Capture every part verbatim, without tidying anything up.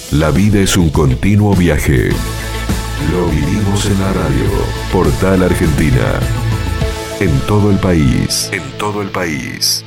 La vida es un continuo viaje. Lo vivimos en la radio. Portal Argentina. En todo el país. En todo el país.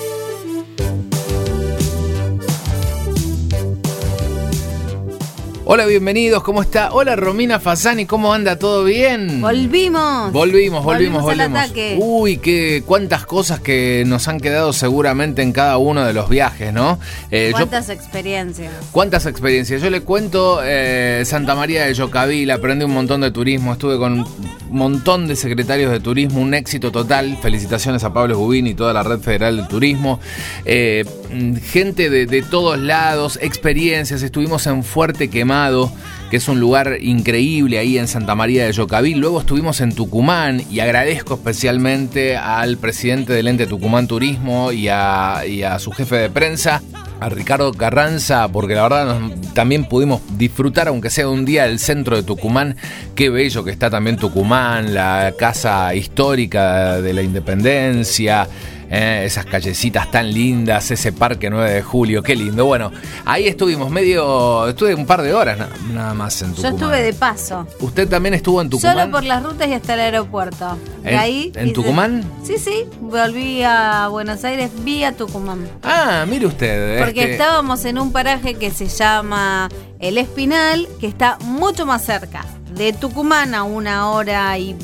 Hola, bienvenidos, ¿cómo está? Hola, Romina Fasani, ¿cómo anda? ¿Todo bien? Volvimos. Volvimos, volvimos, volvimos. Al volvimos. ataque. Uy, qué cuántas cosas que nos han quedado seguramente en cada uno de los viajes, ¿no? Eh, ¿Cuántas yo, experiencias? ¿Cuántas experiencias? Yo le cuento eh, Santa María de Yocavil, aprendí un montón de turismo, estuve con un montón de secretarios de turismo, un éxito total. Felicitaciones a Pablo Gubín y toda la Red Federal del Turismo. Eh, gente de, de todos lados, experiencias. Estuvimos en Fuerte Quemado, que es un lugar increíble ahí en Santa María de Yocavil. Luego estuvimos en Tucumán y agradezco especialmente al presidente del ente Tucumán Turismo y a, y a su jefe de prensa, a Ricardo Carranza, porque la verdad nos, también pudimos disfrutar, aunque sea un día, del centro de Tucumán. Qué bello que está también Tucumán, la casa histórica de la Independencia. Eh, esas callecitas tan lindas, ese parque nueve de julio, qué lindo. Bueno, ahí estuvimos medio, estuve un par de horas na, nada más en Tucumán. Yo estuve de paso. ¿Usted también estuvo en Tucumán? Solo por las rutas y hasta el aeropuerto. ¿En, de ahí ¿en hice, Tucumán? Sí, sí, volví a Buenos Aires vía Tucumán. Ah, mire usted. Porque este... estábamos en un paraje que se llama El Espinal, que está mucho más cerca de Tucumán, a una hora y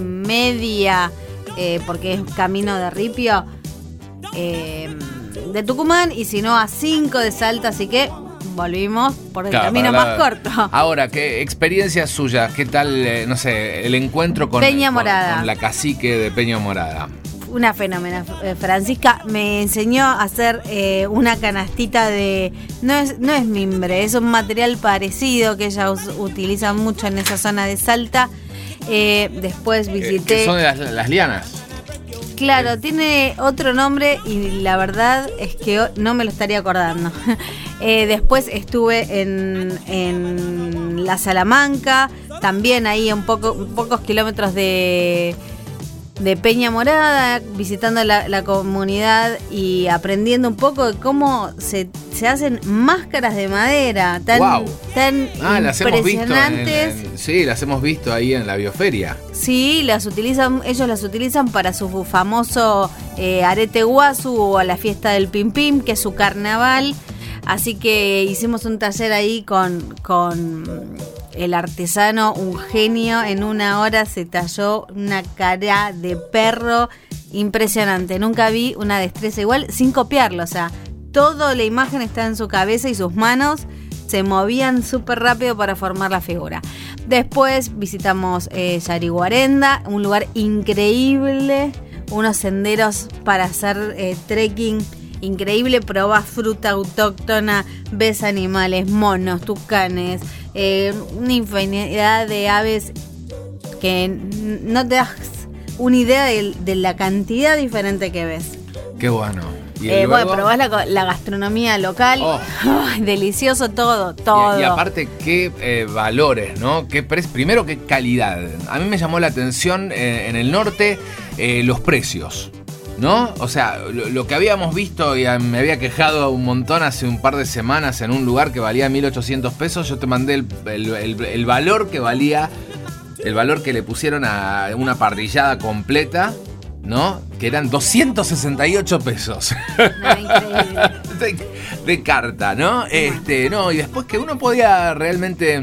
media, eh, porque es camino de Ripio, eh, de Tucumán, y si no a cinco de Salta, así que volvimos por el claro, camino la... más corto. Ahora, ¿qué experiencia suya? ¿Qué tal, eh, no sé, el encuentro con, Peña Morada. con, con la cacique de Peña Morada? Una fenómena. Francisca me enseñó a hacer eh, una canastita de... No es, no es mimbre, es un material parecido que ella us, utiliza mucho en esa zona de Salta. Eh, después visité... ¿Qué son las, las lianas? Claro, tiene otro nombre y la verdad es que no me lo estaría acordando. eh, después estuve en, en la Salamanca, también ahí a un poco, pocos kilómetros de... de Peña Morada, visitando la, la comunidad y aprendiendo un poco de cómo se, se hacen máscaras de madera tan, wow. tan ah, las impresionantes. Hemos visto en, en, sí, las hemos visto ahí en la bioferia. Sí, las utilizan, ellos las utilizan para su famoso eh, arete guasu o a la fiesta del Pim Pim, que es su carnaval. Así que hicimos un taller ahí con... con el artesano, un genio. En una hora se talló una cara de perro impresionante. Nunca vi una destreza igual sin copiarlo. O sea, toda la imagen está en su cabeza y sus manos se movían súper rápido para formar la figura. Después visitamos eh, Yariguarenda, un lugar increíble, unos senderos para hacer eh, trekking increíble. Probás fruta autóctona, ves animales, monos, tucanes, eh, una infinidad de aves que no te das una idea de, de la cantidad diferente que ves. Qué bueno. ¿Y eh, bueno, probás la, la gastronomía local. Oh. Oh, delicioso todo, todo. Y, y aparte, qué eh, valores, ¿no? Qué pre- primero, qué calidad. A mí me llamó la atención eh, en el norte eh, los precios, ¿no? O sea, lo, lo que habíamos visto, y me había quejado un montón hace un par de semanas en un lugar que valía mil ochocientos pesos, yo te mandé el, el, el, el valor que valía, el valor que le pusieron a una parrillada completa, ¿no? Que eran doscientos sesenta y ocho pesos. No, increíble. de, de carta, ¿no? Este, no, y después que uno podía realmente...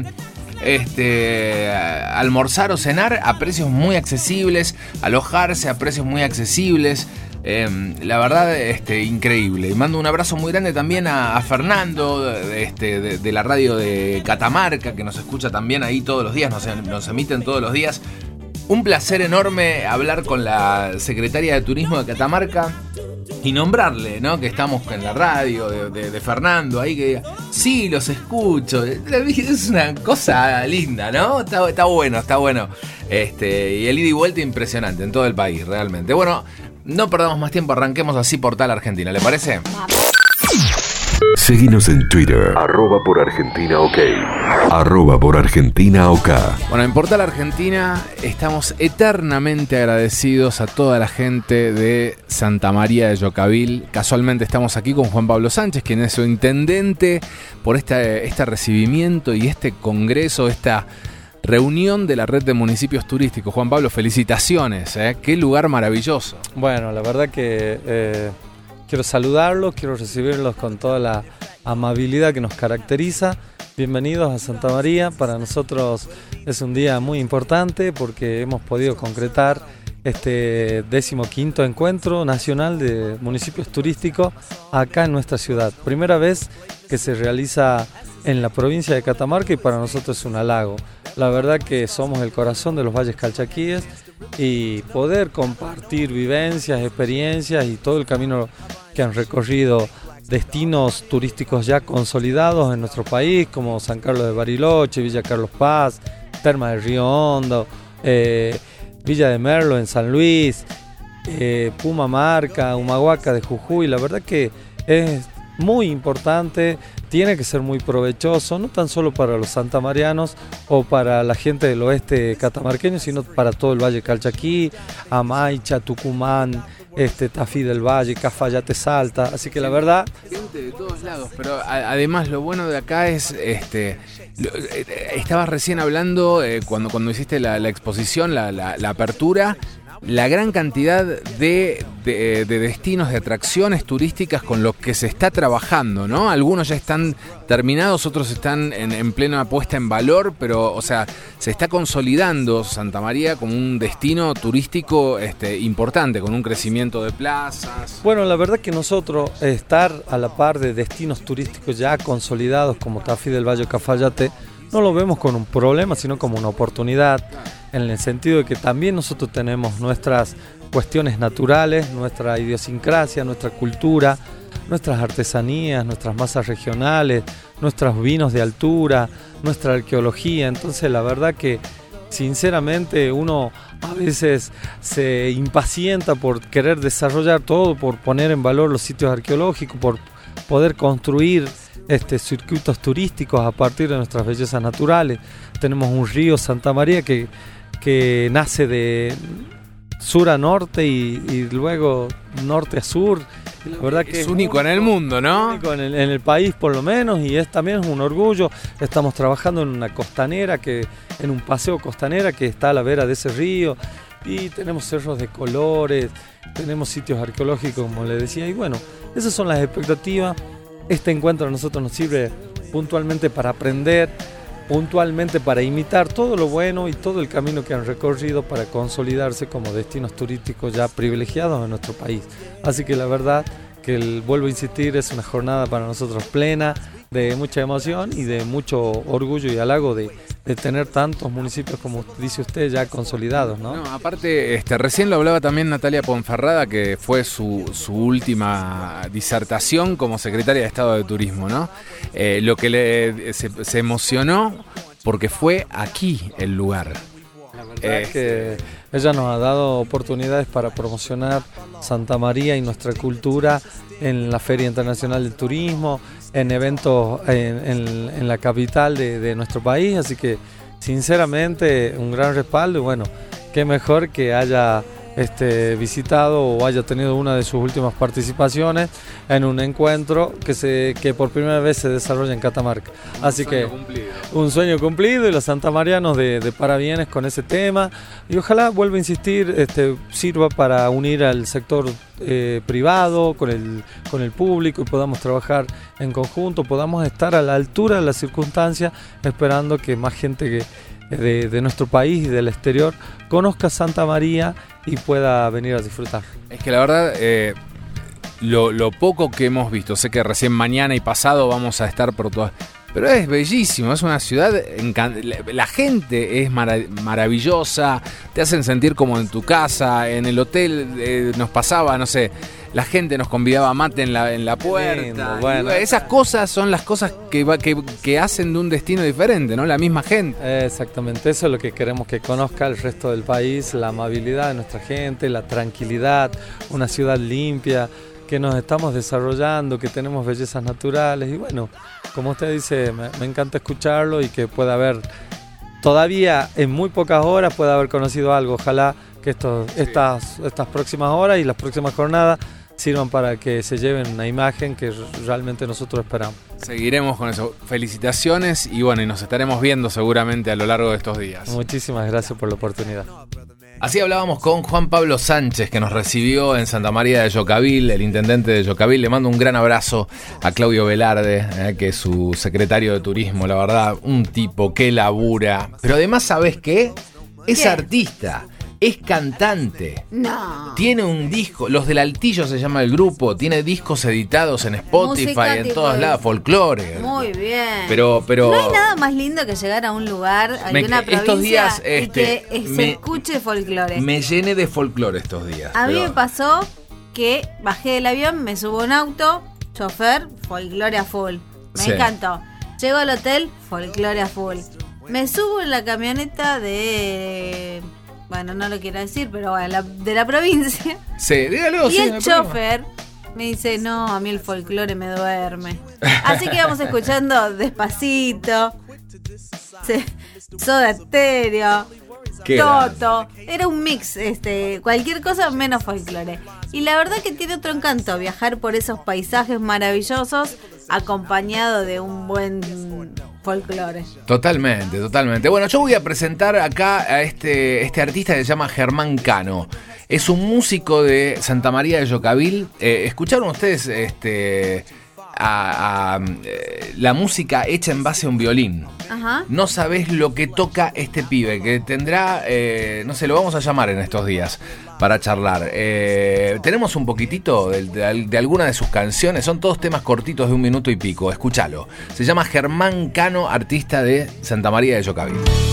Este, almorzar o cenar a precios muy accesibles, alojarse a precios muy accesibles. Eh, la verdad, este, increíble. Y mando un abrazo muy grande también a, a Fernando, este, de, de la radio de Catamarca, que nos escucha también ahí todos los días, nos, nos emiten todos los días. Un placer enorme hablar con la secretaria de Turismo de Catamarca y nombrarle, ¿no? Que estamos en la radio de, de, de Fernando ahí, que diga, sí, los escucho. Es una cosa linda, ¿no? Está, está bueno, está bueno. Este, y el ida y vuelta impresionante en todo el país, realmente. Bueno, no perdamos más tiempo, arranquemos así Portal Argentina, ¿le parece? Seguinos en Twitter, arroba por Argentina OK, arroba por Argentina OK. Bueno, en Portal Argentina estamos eternamente agradecidos a toda la gente de Santa María de Yocavil. Casualmente estamos aquí con Juan Pablo Sánchez, quien es su intendente, por este, este recibimiento y este congreso, esta reunión de la red de municipios turísticos. Juan Pablo, felicitaciones, ¿eh? Qué lugar maravilloso. Bueno, la verdad que eh, quiero saludarlos, quiero recibirlos con toda la amabilidad que nos caracteriza. Bienvenidos a Santa María. Para nosotros es un día muy importante porque hemos podido concretar este decimoquinto encuentro nacional de municipios turísticos acá en nuestra ciudad. Primera vez que se realiza en la provincia de Catamarca y para nosotros es un halago. La verdad que somos el corazón de los Valles Calchaquíes y poder compartir vivencias, experiencias y todo el camino que han recorrido destinos turísticos ya consolidados en nuestro país, como San Carlos de Bariloche, Villa Carlos Paz, Termas del Río Hondo, eh, Villa de Merlo en San Luis, eh, Pumamarca, Humahuaca de Jujuy. La verdad que es muy importante, tiene que ser muy provechoso, no tan solo para los santamarianos o para la gente del oeste catamarqueño, sino para todo el Valle Calchaquí, Amaicha, Tucumán, este, Tafí del Valle, Cafayate, Salta, así que la verdad... Gente de todos lados, pero a, además lo bueno de acá es, este, lo, eh, estabas recién hablando, eh, cuando, cuando hiciste la, la exposición, la, la, la apertura, la gran cantidad de, de, de destinos, de atracciones turísticas con los que se está trabajando, ¿no? Algunos ya están terminados, otros están en, en plena puesta en valor, pero, o sea, se está consolidando Santa María como un destino turístico este, importante, con un crecimiento de plazas. Bueno, la verdad que nosotros estar a la par de destinos turísticos ya consolidados como Tafí del Valle, Cafayate, no lo vemos como un problema, sino como una oportunidad, en el sentido de que también nosotros tenemos nuestras cuestiones naturales, nuestra idiosincrasia, nuestra cultura, nuestras artesanías, nuestras masas regionales, nuestros vinos de altura, nuestra arqueología. Entonces la verdad que sinceramente uno a veces se impacienta por querer desarrollar todo, por poner en valor los sitios arqueológicos, por poder construir este, circuitos turísticos a partir de nuestras bellezas naturales. Tenemos un río Santa María que, que nace de sur a norte y, y luego norte a sur. Y la verdad que es, es único en el mundo, ¿no? Único en el, en el país por lo menos, y es también un orgullo. Estamos trabajando en una costanera, que, en un paseo costanera que está a la vera de ese río, y tenemos cerros de colores, tenemos sitios arqueológicos, como le decía, y bueno, esas son las expectativas. Este encuentro a nosotros nos sirve puntualmente para aprender, puntualmente para imitar todo lo bueno y todo el camino que han recorrido para consolidarse como destinos turísticos ya privilegiados en nuestro país. Así que la verdad que, el, vuelvo a insistir, es una jornada para nosotros plena de mucha emoción y de mucho orgullo y halago de, de tener tantos municipios, como dice usted, ya consolidados, ¿no? No, aparte, este, recién lo hablaba también Natalia Ponferrada, que fue su, su última disertación como secretaria de Estado de Turismo, ¿no? Eh, lo que le se, se emocionó porque fue aquí el lugar. La verdad es que ella nos ha dado oportunidades para promocionar Santa María y nuestra cultura en la Feria Internacional del Turismo, en eventos en, en, en la capital de, de nuestro país, así que sinceramente un gran respaldo y bueno, qué mejor que haya este, visitado o haya tenido una de sus últimas participaciones en un encuentro que, se, que por primera vez se desarrolla en Catamarca. Así que cumplido. Un sueño cumplido y los santamarianos de, de parabienes con ese tema, y ojalá, vuelvo a insistir, este, sirva para unir al sector eh, privado con el, con el público y podamos trabajar en conjunto, podamos estar a la altura de las circunstancias, esperando que más gente que De, de nuestro país y del exterior conozca Santa María y pueda venir a disfrutar. Es que la verdad, eh, lo, lo poco que hemos visto, sé que recién mañana y pasado vamos a estar por todas, pero es bellísimo, es una ciudad, la gente es marav maravillosa, te hacen sentir como en tu casa, en el hotel eh, nos pasaba, no sé, la gente nos convidaba a mate en la, en la puerta. Lindo, bueno. Esas cosas son las cosas que, va, que, que hacen de un destino diferente, ¿no? La misma gente. Exactamente, eso es lo que queremos que conozca el resto del país, la amabilidad de nuestra gente, la tranquilidad, una ciudad limpia, que nos estamos desarrollando, que tenemos bellezas naturales y bueno, como usted dice, me, me encanta escucharlo y que pueda haber, todavía en muy pocas horas pueda haber conocido algo. Ojalá que estos, sí. estas, estas próximas horas y las próximas jornadas sirvan para que se lleven una imagen que realmente nosotros esperamos. Seguiremos con eso. Felicitaciones y bueno, y nos estaremos viendo seguramente a lo largo de estos días. Muchísimas gracias por la oportunidad. Así hablábamos con Juan Pablo Sánchez, que nos recibió en Santa María de Yocabil, el intendente de Yocabil. Le mando un gran abrazo a Claudio Velarde, eh, que es su secretario de turismo. La verdad, un tipo que labura. Pero además, ¿sabés qué? Es ¿Qué? artista. Es cantante. No. Tiene un disco, Los del Altillo se llama el grupo, tiene discos editados en Spotify, Música en tipo todos de- lados, folclore. Muy bien. Pero, pero. No hay nada más lindo que llegar a un lugar, a Me- una provincia estos días, y este, que eh, se me- escuche folclore. Me llené de folclore estos días. A mí pero- me pasó que bajé del avión, me subo a un auto, chofer, folclore a full. Me Sí. encantó. Llego al hotel, folclore a full. Me subo en la camioneta de... Bueno, no lo quiero decir, pero bueno, la- de la provincia. Sí, dígalo. Y sí, no el hay problema. chofer me dice, no, a mí el folclore me duerme. Así que vamos escuchando Despacito, se- Soda Stereo, Qué Toto. Era un mix, este, cualquier cosa menos folclore. Y la verdad que tiene otro encanto viajar por esos paisajes maravillosos acompañado de un buen folclore. Totalmente, totalmente. Bueno, yo voy a presentar acá a este, este artista que se llama Germán Cano. Es un músico de Santa María de Yocabil. Eh, ¿Escucharon ustedes este, a, a, eh, la música hecha en base a un violín? Ajá. No sabés lo que toca este pibe, que tendrá, eh, no sé, lo vamos a llamar en estos días para charlar. Eh, tenemos un poquitito de, de, de alguna de sus canciones, son todos temas cortitos de un minuto y pico, escúchalo. Se llama Germán Cano, artista de Santa María de Yocabil.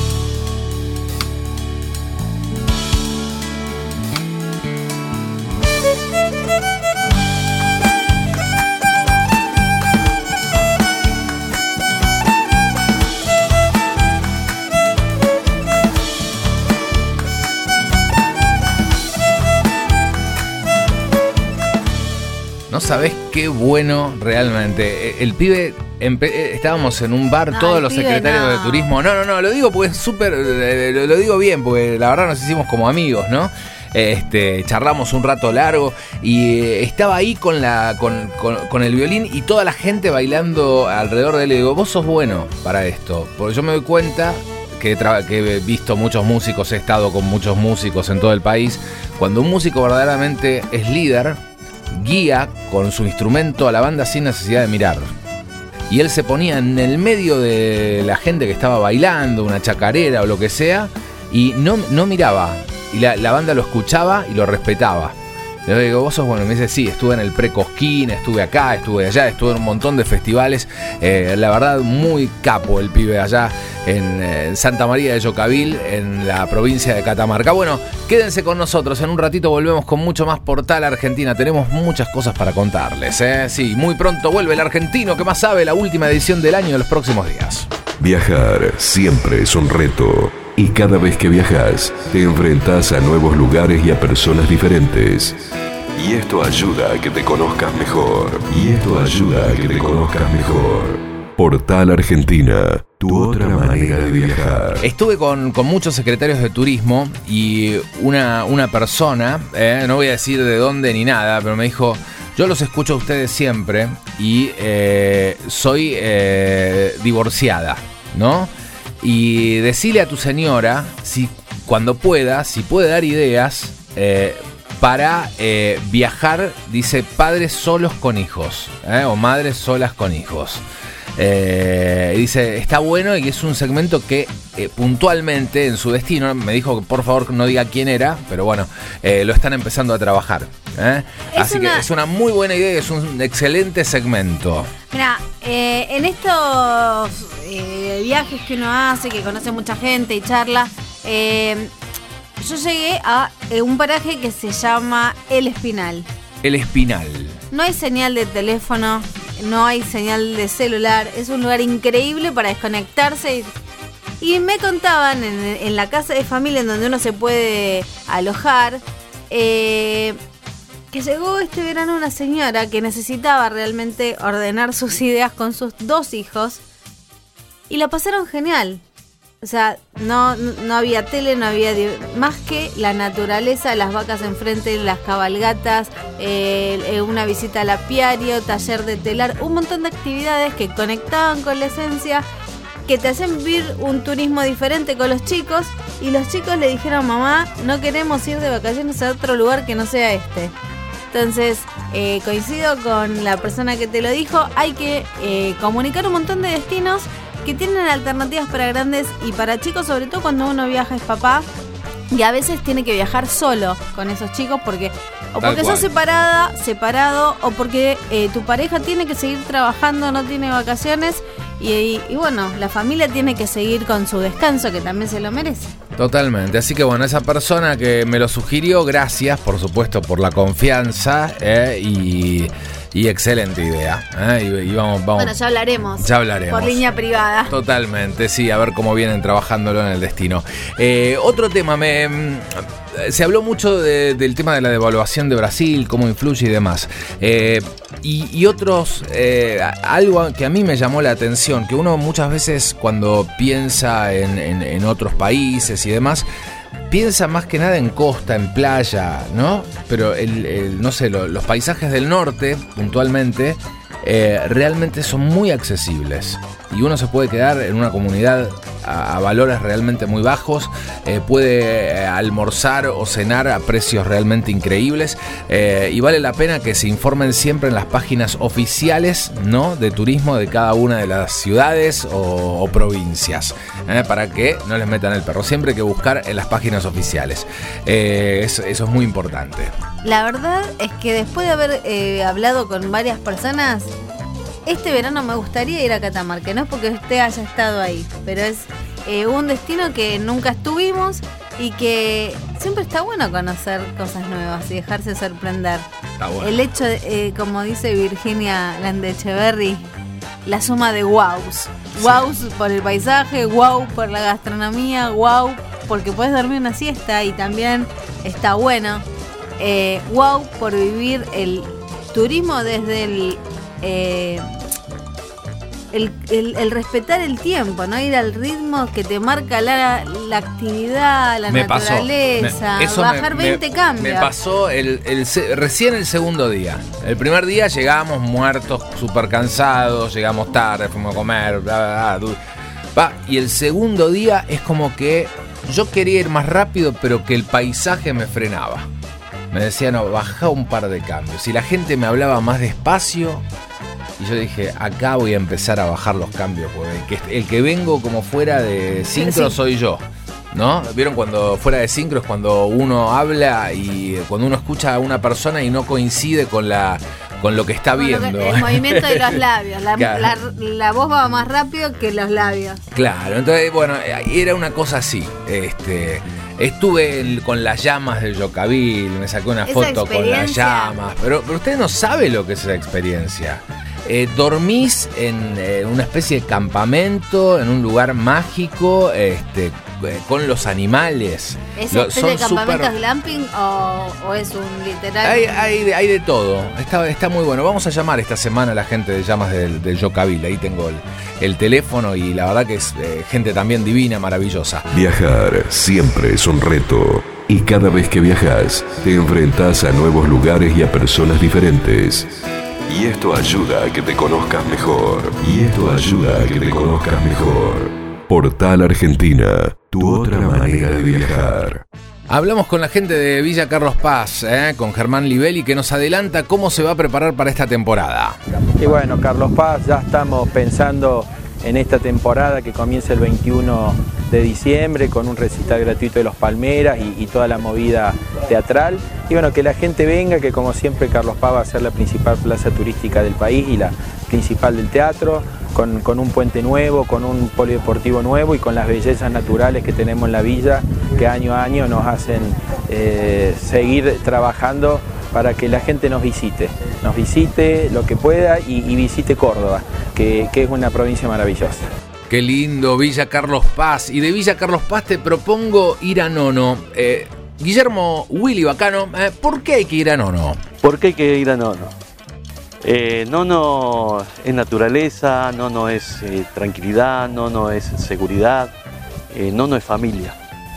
No sabés qué bueno realmente. El pibe, empe- estábamos en un bar, No, todos el los pibe secretarios no. de turismo. No, no, no, lo digo porque es súper, eh, lo, lo digo bien, porque la verdad nos hicimos como amigos, ¿no? Este, charlamos un rato largo y eh, estaba ahí con, la, con, con, con el violín y toda la gente bailando alrededor de él. Le digo, vos sos bueno para esto, porque yo me doy cuenta que he, tra- que he visto muchos músicos, he estado con muchos músicos en todo el país. Cuando un músico verdaderamente es líder, guía con su instrumento a la banda sin necesidad de mirar. Y él se ponía en el medio de la gente que estaba bailando, una chacarera o lo que sea, y no, no miraba. Y la, la banda lo escuchaba y lo respetaba. Le digo, vos sos bueno. Y me dice, sí, estuve en el Pre-Cosquín, estuve acá, estuve allá, estuve en un montón de festivales. Eh, la verdad, muy capo el pibe allá en eh, Santa María de Yocabil, en la provincia de Catamarca. Bueno, quédense con nosotros. En un ratito volvemos con mucho más Portal Argentina. Tenemos muchas cosas para contarles, ¿eh? Sí, muy pronto vuelve el argentino que más sabe, la última edición del año de los próximos días. Viajar siempre es un reto. Y cada vez que viajas, te enfrentas a nuevos lugares y a personas diferentes. Y esto ayuda a que te conozcas mejor. Y esto ayuda a que te conozcas mejor. Portal Argentina, tu otra manera de viajar. Estuve con, con muchos secretarios de turismo y una, una persona, eh, no voy a decir de dónde ni nada, pero me dijo, yo los escucho a ustedes siempre y eh, soy eh, divorciada, ¿no? Y decile a tu señora, si cuando pueda, si puede dar ideas eh, para eh, viajar, dice, padres solos con hijos, eh, o madres solas con hijos. Eh, dice, está bueno y es un segmento que eh, puntualmente en su destino, me dijo que por favor no diga quién era, pero bueno, eh, lo están empezando a trabajar. ¿eh? Así una... que es una muy buena idea y es un excelente segmento. Mira, eh, en estos eh, viajes que uno hace, que conoce mucha gente y charla, eh, yo llegué a eh, un paraje que se llama El Espinal. El Espinal. No hay señal de teléfono, no hay señal de celular, es un lugar increíble para desconectarse. Y, y me contaban en, en la casa de familia en donde uno se puede alojar, eh, que llegó este verano una señora que necesitaba realmente ordenar sus ideas con sus dos hijos y la pasaron genial. O sea, no, no había tele, no había más que la naturaleza, las vacas enfrente, las cabalgatas, eh, una visita al apiario, taller de telar, un montón de actividades que conectaban con la esencia, que te hacen vivir un turismo diferente con los chicos. Y los chicos le dijeron: mamá, no queremos ir de vacaciones a otro lugar que no sea este. Entonces, eh, coincido con la persona que te lo dijo, hay que eh, comunicar un montón de destinos que tienen alternativas para grandes y para chicos, sobre todo cuando uno viaja es papá y a veces tiene que viajar solo con esos chicos porque o porque sos separada, separado o porque eh, tu pareja tiene que seguir trabajando, no tiene vacaciones y, y, y bueno, la familia tiene que seguir con su descanso que también se lo merece. Totalmente, así que bueno, esa persona que me lo sugirió, gracias por supuesto por la confianza eh, y... Y excelente idea. ¿eh? Y, y vamos, vamos. Bueno, ya hablaremos. Ya hablaremos. Por línea privada. Totalmente, sí, a ver cómo vienen trabajándolo en el destino. Eh, otro tema, me, se habló mucho de, del tema de la devaluación de Brasil, cómo influye y demás. Eh, y, y otros, eh, algo que a mí me llamó la atención, que uno muchas veces cuando piensa en, en, en otros países y demás, piensa más que nada en costa, en playa, ¿no? Pero el, el, no sé, lo, los paisajes del norte, puntualmente, eh, realmente son muy accesibles. Y uno se puede quedar en una comunidad a, a valores realmente muy bajos, eh, puede eh, almorzar o cenar a precios realmente increíbles, eh, y vale la pena que se informen siempre en las páginas oficiales, ¿no?, de turismo de cada una de las ciudades o, o provincias, eh, para que no les metan el perro. Siempre hay que buscar en las páginas oficiales. Eh, eso, eso es muy importante. La verdad es que después de haber eh, hablado con varias personas, este verano me gustaría ir a Catamarca. No es porque usted haya estado ahí, pero es eh, un destino que nunca estuvimos y que siempre está bueno conocer cosas nuevas y dejarse sorprender. Está bueno. El hecho, de, eh, como dice Virginia Landecheverry, la suma de wows. Wows sí. Por el paisaje, wow por la gastronomía, wow porque puedes dormir una siesta y también está bueno. Eh, wow por vivir el turismo desde el... Eh, el, el, el respetar el tiempo, no ir al ritmo que te marca la, la actividad, la me naturaleza, pasó. Me, eso bajar me, veinte me, cambios. Me pasó el, el, recién el segundo día. El primer día llegamos muertos, súper cansados, llegamos tarde, fuimos a comer, bla, bla, bla, bla. Y el segundo día es como que yo quería ir más rápido, pero que el paisaje me frenaba. Me decía, no, baja un par de cambios. Y la gente me hablaba más despacio. Y yo dije, acá voy a empezar a bajar los cambios. Porque el que, el que vengo como fuera de sincro sí. soy yo, ¿no? ¿Vieron cuando fuera de sincro es cuando uno habla y cuando uno escucha a una persona y no coincide con la... con lo que está con viendo. Que, el movimiento de los labios. La, claro. la, la voz va más rápido que los labios. Claro, entonces, bueno, era una cosa así. Este, estuve en, con las llamas del Yocabil, me saqué una foto con las llamas. Pero, pero usted no sabe lo que es esa experiencia. Eh, dormís en eh, una especie de campamento, en un lugar mágico, este, eh, con los animales. ¿Es una especie de campamentos super... glamping o, o es un literal? Hay, hay, de, hay de todo, está, está muy bueno. Vamos a llamar esta semana a la gente de llamas del, del Yocabil, ahí tengo el, el teléfono y la verdad que es eh, gente también divina, maravillosa. Viajar siempre es un reto y cada vez que viajas te enfrentas a nuevos lugares y a personas diferentes. Y esto ayuda a que te conozcas mejor. Y esto ayuda a que te conozcas mejor. Portal Argentina, tu otra manera de viajar. Hablamos con la gente de Villa Carlos Paz, ¿eh? con Germán Livelli, que nos adelanta cómo se va a preparar para esta temporada. Y bueno, Carlos Paz, ya estamos pensando en esta temporada que comienza el veintiuno de diciembre con un recital gratuito de Los Palmeras y, y toda la movida teatral. Y bueno, que la gente venga, que como siempre Carlos Paz va a ser la principal plaza turística del país y la principal del teatro, con, con un puente nuevo, con un polideportivo nuevo y con las bellezas naturales que tenemos en la villa, que año a año nos hacen eh, seguir trabajando para que la gente nos visite, nos visite lo que pueda y, y visite Córdoba, que, que es una provincia maravillosa. Qué lindo, Villa Carlos Paz. Y de Villa Carlos Paz te propongo ir a Nono. Eh, Guillermo Willy Bacano, eh, ¿por qué hay que ir a Nono? ¿Por qué hay que ir a Nono? Eh, Nono es naturaleza, Nono es eh, tranquilidad, Nono es seguridad, eh, Nono es familia.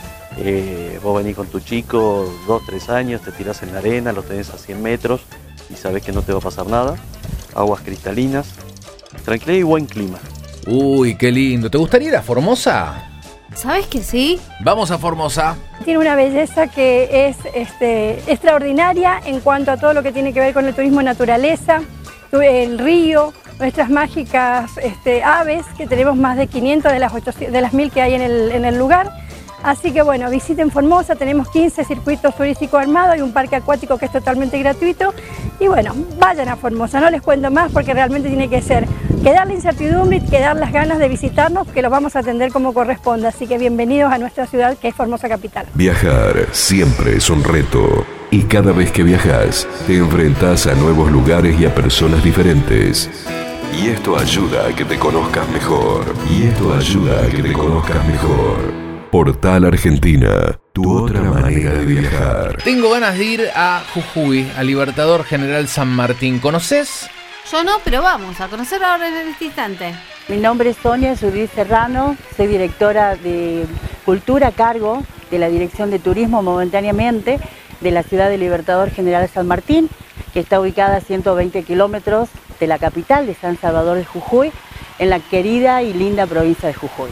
Eh, vos venís con tu chico, dos, tres años, te tirás en la arena, lo tenés a cien metros y sabés que no te va a pasar nada. Aguas cristalinas, tranquilidad y buen clima. Uy, qué lindo. ¿Te gustaría ir a Formosa? ¿Sabes que sí? Vamos a Formosa. Tiene una belleza que es este, extraordinaria en cuanto a todo lo que tiene que ver con el turismo naturaleza, el río, nuestras mágicas este, aves, que tenemos más de quinientas de las, ochocientas, de las mil que hay en el, en el lugar. Así que bueno, visiten Formosa, tenemos quince circuitos turísticos armados y un parque acuático que es totalmente gratuito. Y bueno, vayan a Formosa, no les cuento más porque realmente tiene que ser quedar la incertidumbre y quedar las ganas de visitarnos, que los vamos a atender como corresponde. Así que bienvenidos a nuestra ciudad, que es Formosa Capital. Viajar siempre es un reto y cada vez que viajas te enfrentas a nuevos lugares y a personas diferentes. Y esto ayuda a que te conozcas mejor. Y esto ayuda a que te conozcas mejor. Portal Argentina, tu otra manera de viajar. Tengo ganas de ir a Jujuy, a Libertador General San Martín. ¿Conoces? Yo no, pero vamos a conocer ahora en este instante. Mi nombre es Sonia Judith Serrano, soy directora de Cultura a cargo de la Dirección de Turismo momentáneamente de la ciudad de Libertador General San Martín, que está ubicada a ciento veinte kilómetros de la capital de San Salvador de Jujuy, en la querida y linda provincia de Jujuy.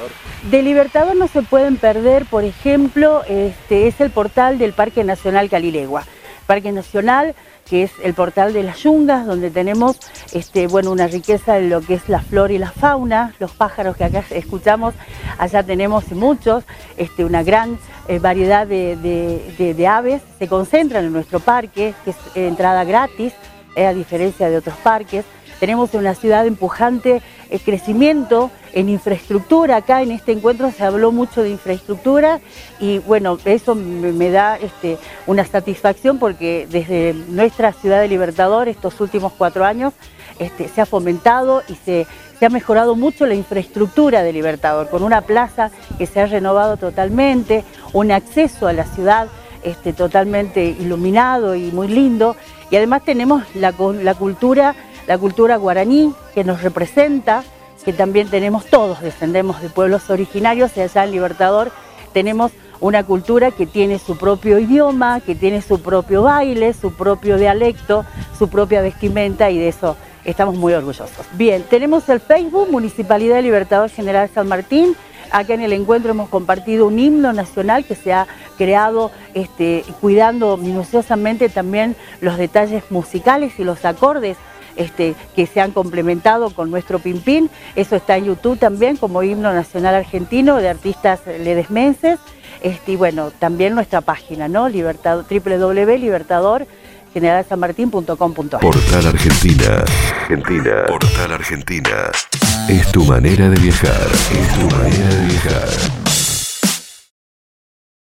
De Libertador no se pueden perder, por ejemplo, este, es el portal del Parque Nacional Calilegua. Parque Nacional, que es el portal de las yungas, donde tenemos este, bueno, una riqueza de lo que es la flora y la fauna, los pájaros que acá escuchamos, allá tenemos muchos, este, una gran eh, variedad de, de, de, de aves, se concentran en nuestro parque, que es eh, entrada gratis, eh, a diferencia de otros parques. Tenemos una ciudad empujante, eh, crecimiento en infraestructura. Acá en este encuentro se habló mucho de infraestructura y bueno, eso me, me da este, una satisfacción porque desde nuestra ciudad de Libertador estos últimos cuatro años este, se ha fomentado y se, se ha mejorado mucho la infraestructura de Libertador, con una plaza que se ha renovado totalmente, un acceso a la ciudad este, totalmente iluminado y muy lindo, y además tenemos la, la cultura la cultura guaraní que nos representa, que también tenemos todos, descendemos de pueblos originarios, y allá en Libertador tenemos una cultura que tiene su propio idioma, que tiene su propio baile, su propio dialecto, su propia vestimenta, y de eso estamos muy orgullosos. Bien, tenemos el Facebook Municipalidad de Libertador General San Martín. Acá en el encuentro hemos compartido un himno nacional que se ha creado este, cuidando minuciosamente también los detalles musicales y los acordes Este, que se han complementado con nuestro Pimpín. Eso está en YouTube también como himno nacional argentino de artistas ledesmenses. Este, y bueno, también nuestra página, ¿no? Libertador, doble u doble u doble u punto libertador general san martín punto com punto a r. Portal Argentina. Argentina. Portal Argentina. Es tu manera de viajar. Es tu manera de viajar.